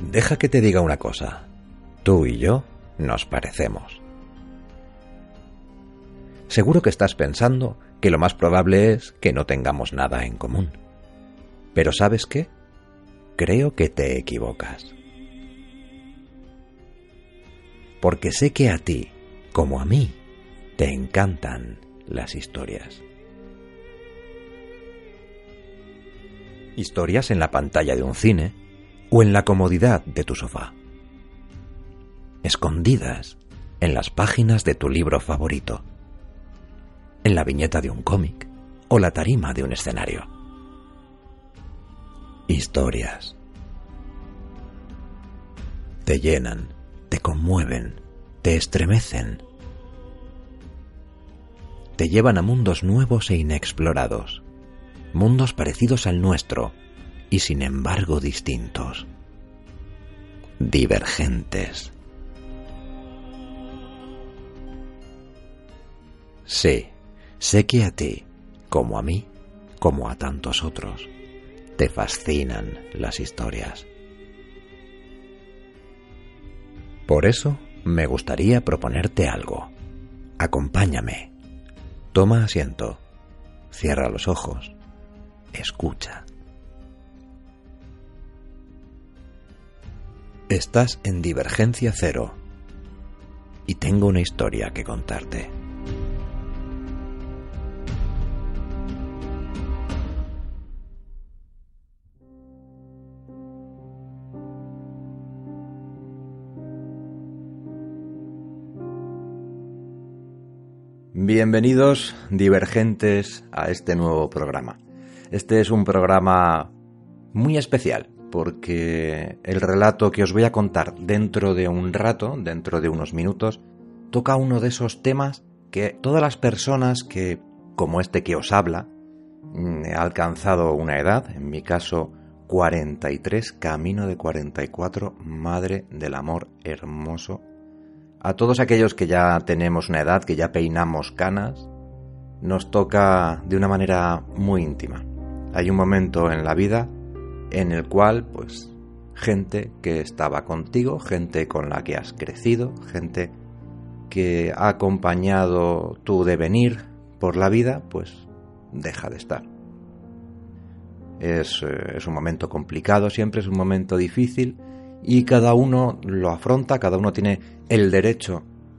Deja que te diga una cosa. Tú y yo nos parecemos. Seguro que estás pensando que lo más probable es que no tengamos nada en común. Pero ¿sabes qué? Creo que te equivocas. Porque sé que a ti, como a mí, te encantan las historias. Historias en la pantalla de un cine o en la comodidad de tu sofá. Escondidas en las páginas de tu libro favorito, en la viñeta de un cómic o la tarima de un escenario. Historias. Te llenan, te conmueven, te estremecen. Te llevan a mundos nuevos e inexplorados, mundos parecidos al nuestro y sin embargo distintos, divergentes. Sí, sé que a ti, como a mí, como a tantos otros, te fascinan las historias. Por eso me gustaría proponerte algo. Acompáñame. Toma asiento. Cierra los ojos. Escucha. Estás en Divergencia Cero y tengo una historia que contarte. Bienvenidos, divergentes, a este nuevo programa. Este es un programa muy especial porque el relato que os voy a contar dentro de un rato, dentro de unos minutos, toca uno de esos temas que todas las personas que, como este que os habla, ha alcanzado una edad, en mi caso 43, camino de 44, madre del amor hermoso. A todos aquellos que ya tenemos una edad, que ya peinamos canas, nos toca de una manera muy íntima. Hay un momento en la vida en el cual, pues, gente que estaba contigo, gente con la que has crecido, gente que ha acompañado tu devenir por la vida, pues, deja de estar. Es un momento complicado, siempre es un momento difícil, y cada uno lo afronta, cada uno tiene el derecho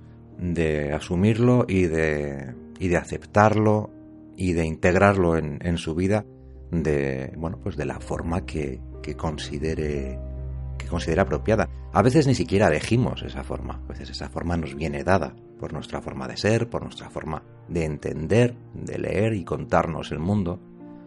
de asumirlo y de aceptarlo y de integrarlo en su vida de la forma que considere apropiada. A veces ni siquiera elegimos esa forma, a veces esa forma nos viene dada por nuestra forma de ser, por nuestra forma de entender, de leer y contarnos el mundo,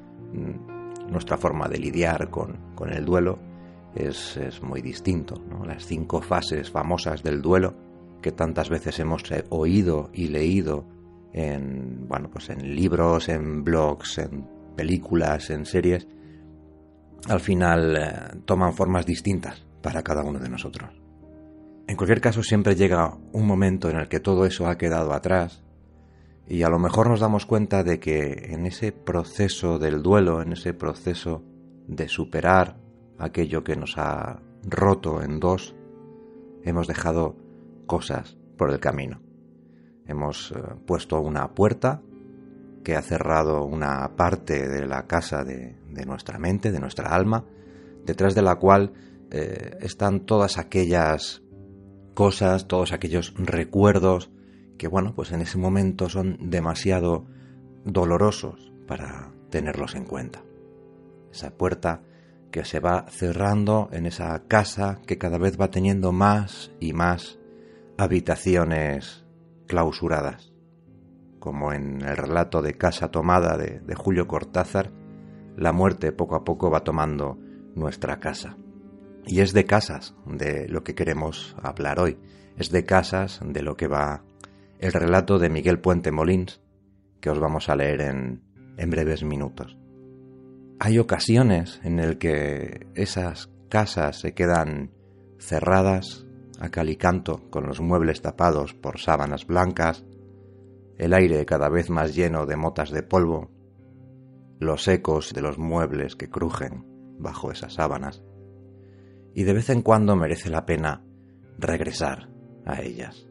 nuestra forma de lidiar con el duelo. Es muy distinto, ¿no? Las 5 fases famosas del duelo que tantas veces hemos oído y leído en libros, en blogs, en películas, en series, al final toman formas distintas para cada uno de nosotros. En cualquier caso, siempre llega un momento en el que todo eso ha quedado atrás y a lo mejor nos damos cuenta de que en ese proceso del duelo, en ese proceso de superar aquello que nos ha roto en dos, hemos dejado cosas por el camino. Hemos puesto una puerta que ha cerrado una parte de la casa de nuestra mente, de nuestra alma, detrás de la cual están todas aquellas cosas, todos aquellos recuerdos que, en ese momento son demasiado dolorosos para tenerlos en cuenta. Esa puerta que se va cerrando en esa casa que cada vez va teniendo más y más habitaciones clausuradas. Como en el relato de Casa Tomada de Julio Cortázar, la muerte poco a poco va tomando nuestra casa. Y es de casas de lo que queremos hablar hoy. Es de casas de lo que va el relato de Miguel Puente Molins, que os vamos a leer en breves minutos. Hay ocasiones en las que esas casas se quedan cerradas a cal y canto, con los muebles tapados por sábanas blancas, el aire cada vez más lleno de motas de polvo, los ecos de los muebles que crujen bajo esas sábanas. y de vez en cuando merece la pena regresar a ellas.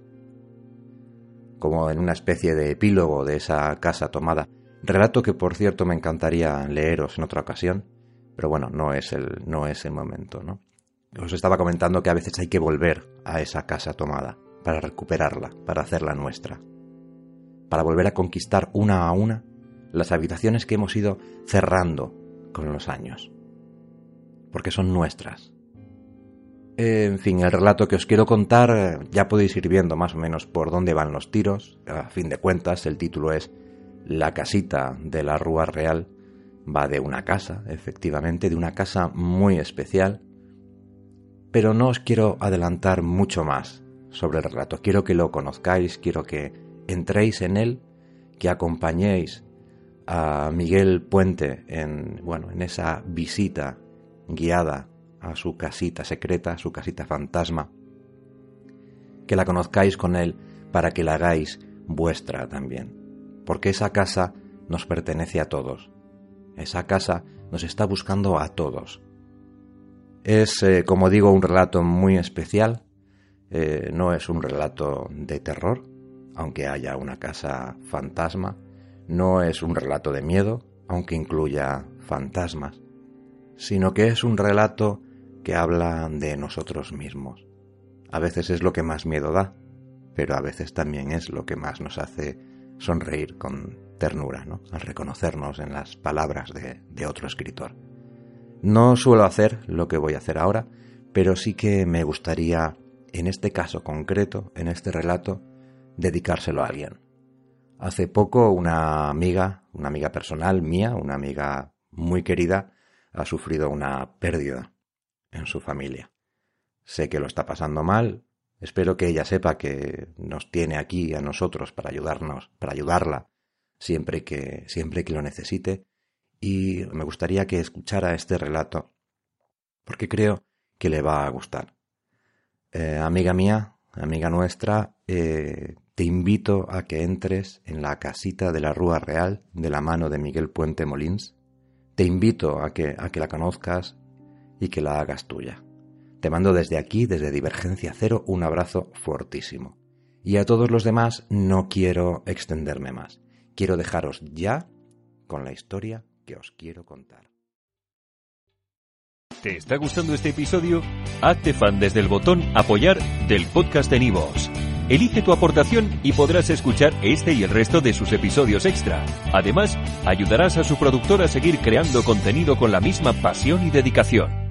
Como en una especie de epílogo de esa casa tomada, relato que por cierto me encantaría leeros en otra ocasión, pero bueno, no es el momento, ¿no? Os estaba comentando que a veces hay que volver a esa casa tomada para recuperarla, para hacerla nuestra, para volver a conquistar una a una las habitaciones que hemos ido cerrando con los años, porque son nuestras. En fin, el relato que os quiero contar, ya podéis ir viendo más o menos por dónde van los tiros. A fin de cuentas, el título es La casita de la Rúa Real. Va de una casa, efectivamente, de una casa muy especial. Pero no os quiero adelantar mucho más sobre el relato. Quiero que lo conozcáis, quiero que entréis en él, que acompañéis a Miguel Puente en esa visita guiada a su casita secreta, a su casita fantasma, que la conozcáis con él para que la hagáis vuestra también, porque esa casa nos pertenece a todos, esa casa nos está buscando a todos. Es, como digo, un relato muy especial, no es un relato de terror, aunque haya una casa fantasma, no es un relato de miedo, aunque incluya fantasmas, sino que es un relato que habla de nosotros mismos. A veces es lo que más miedo da, pero a veces también es lo que más nos hace sonreír con ternura, ¿no? Al reconocernos en las palabras de otro escritor. No suelo hacer lo que voy a hacer ahora, pero sí que me gustaría, en este caso concreto, en este relato, dedicárselo a alguien. Hace poco una amiga personal mía, una amiga muy querida, ha sufrido una pérdida en su familia. Sé que lo está pasando mal, espero que ella sepa que nos tiene aquí a nosotros para ayudarla siempre que lo necesite, y me gustaría que escuchara este relato porque creo que le va a gustar. Amiga mía, amiga nuestra, te invito a que entres en la casita de la Rúa Real de la mano de Miguel Puente Molins. Te invito a que la conozcas y que la hagas tuya. Te mando desde aquí, desde Divergencia Cero, un abrazo fortísimo. Y a todos los demás no quiero extenderme más. Quiero dejaros ya con la historia que os quiero contar. ¿Te está gustando este episodio? Hazte fan desde el botón Apoyar del podcast de Nivos. Elige tu aportación y podrás escuchar este y el resto de sus episodios extra. Además, ayudarás a su productor a seguir creando contenido con la misma pasión y dedicación.